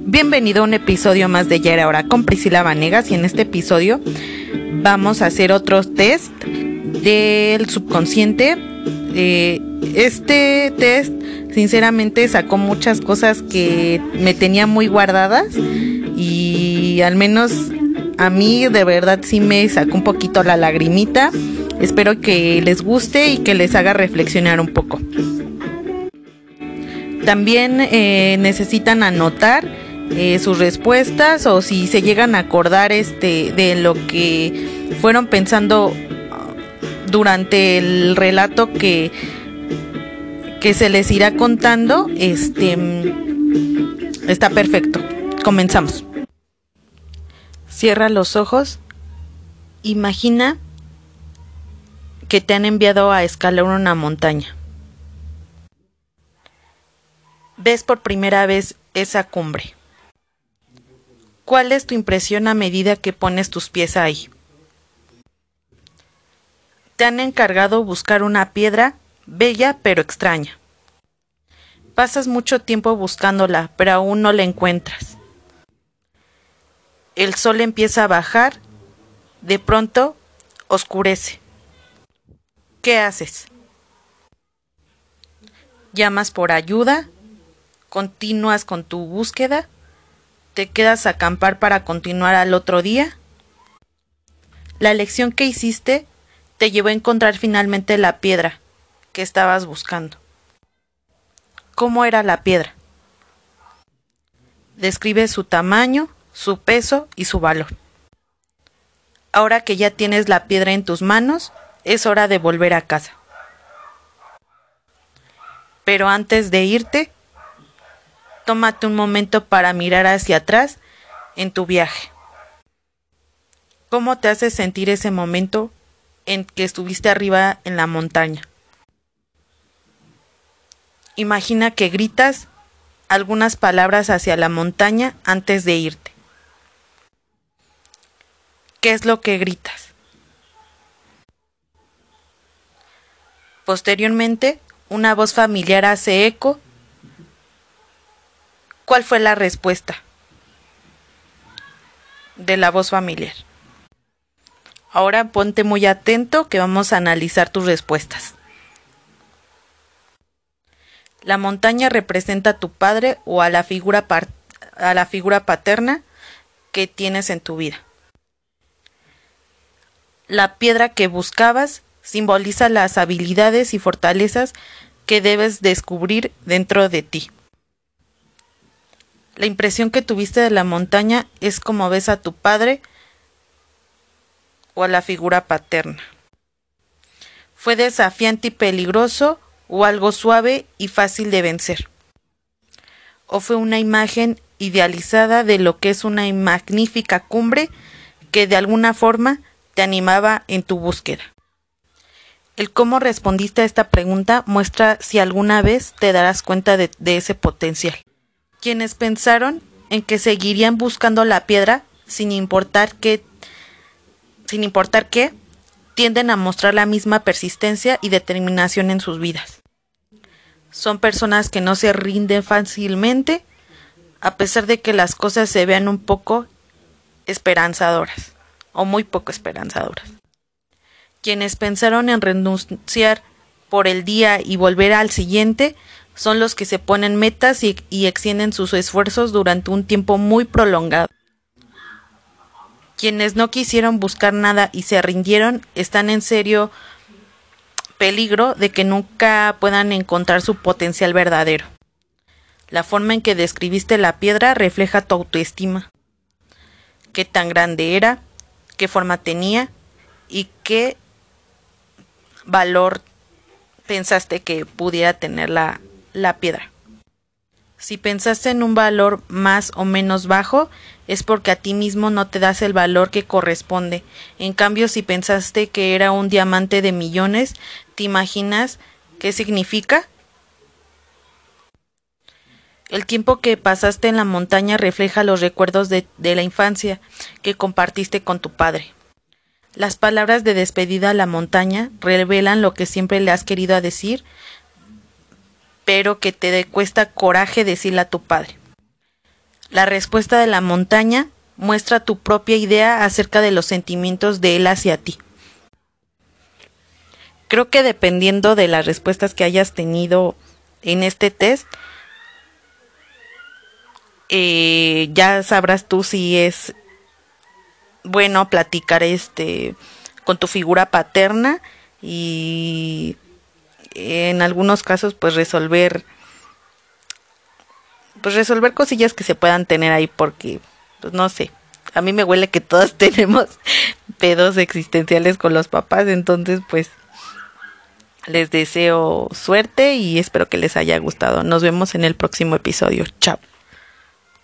Bienvenido a un episodio más de Ya era hora con Priscila Vanegas, y en este episodio vamos a hacer otros test del subconsciente. Este test sinceramente sacó muchas cosas que me tenía muy guardadas y al menos a mí de verdad sí me sacó un poquito la lagrimita. Espero que les guste y que les haga reflexionar un poco. También necesitan anotar sus respuestas, o si se llegan a acordar de lo que fueron pensando durante el relato que se les irá contando. Está perfecto. Comenzamos. Cierra los ojos. Imagina que te han enviado a escalar una montaña. Ves por primera vez esa cumbre. ¿Cuál es tu impresión a medida que pones tus pies ahí? Te han encargado buscar una piedra bella pero extraña. Pasas mucho tiempo buscándola, pero aún no la encuentras. El sol empieza a bajar. De pronto, oscurece. ¿Qué haces? ¿Llamas por ayuda? ¿Continúas con tu búsqueda? ¿Te quedas a acampar para continuar al otro día? La lección que hiciste te llevó a encontrar finalmente la piedra que estabas buscando. ¿Cómo era la piedra? Describe su tamaño, su peso y su valor. Ahora que ya tienes la piedra en tus manos, es hora de volver a casa. Pero antes de irte, tómate un momento para mirar hacia atrás en tu viaje. ¿Cómo te hace sentir ese momento en que estuviste arriba en la montaña? Imagina que gritas algunas palabras hacia la montaña antes de irte. ¿Qué es lo que gritas? Posteriormente, una voz familiar hace eco. ¿Cuál fue la respuesta de la voz familiar? Ahora ponte muy atento, que vamos a analizar tus respuestas. La montaña representa a tu padre o a la figura paterna que tienes en tu vida. La piedra que buscabas simboliza las habilidades y fortalezas que debes descubrir dentro de ti. La impresión que tuviste de la montaña es como ves a tu padre o a la figura paterna. ¿Fue desafiante y peligroso o algo suave y fácil de vencer? ¿O fue una imagen idealizada de lo que es una magnífica cumbre que de alguna forma te animaba en tu búsqueda? El cómo respondiste a esta pregunta muestra si alguna vez te darás cuenta de ese potencial. Quienes pensaron en que seguirían buscando la piedra sin importar qué, tienden a mostrar la misma persistencia y determinación en sus vidas. Son personas que no se rinden fácilmente, a pesar de que las cosas se vean un poco esperanzadoras o muy poco esperanzadoras. Quienes pensaron en renunciar por el día y volver al siguiente son los que se ponen metas y extienden sus esfuerzos durante un tiempo muy prolongado. Quienes no quisieron buscar nada y se rindieron están en serio peligro de que nunca puedan encontrar su potencial verdadero. La forma en que describiste la piedra refleja tu autoestima. Qué tan grande era, qué forma tenía y qué valor pensaste que pudiera tener la piedra. Si pensaste en un valor más o menos bajo, es porque a ti mismo no te das el valor que corresponde. En cambio, si pensaste que era un diamante de millones, ¿te imaginas qué significa? El tiempo que pasaste en la montaña refleja los recuerdos de la infancia que compartiste con tu padre. Las palabras de despedida a la montaña revelan lo que siempre le has querido decir, pero que te cuesta coraje decirle a tu padre. La respuesta de la montaña muestra tu propia idea acerca de los sentimientos de él hacia ti. Creo que dependiendo de las respuestas que hayas tenido en este test, ya sabrás tú si es bueno platicar con tu figura paterna y en algunos casos pues resolver cosillas que se puedan tener ahí, porque pues no sé, a mí me huele que todos tenemos pedos existenciales con los papás. Entonces pues les deseo suerte y espero que les haya gustado. Nos vemos en el próximo episodio. Chao.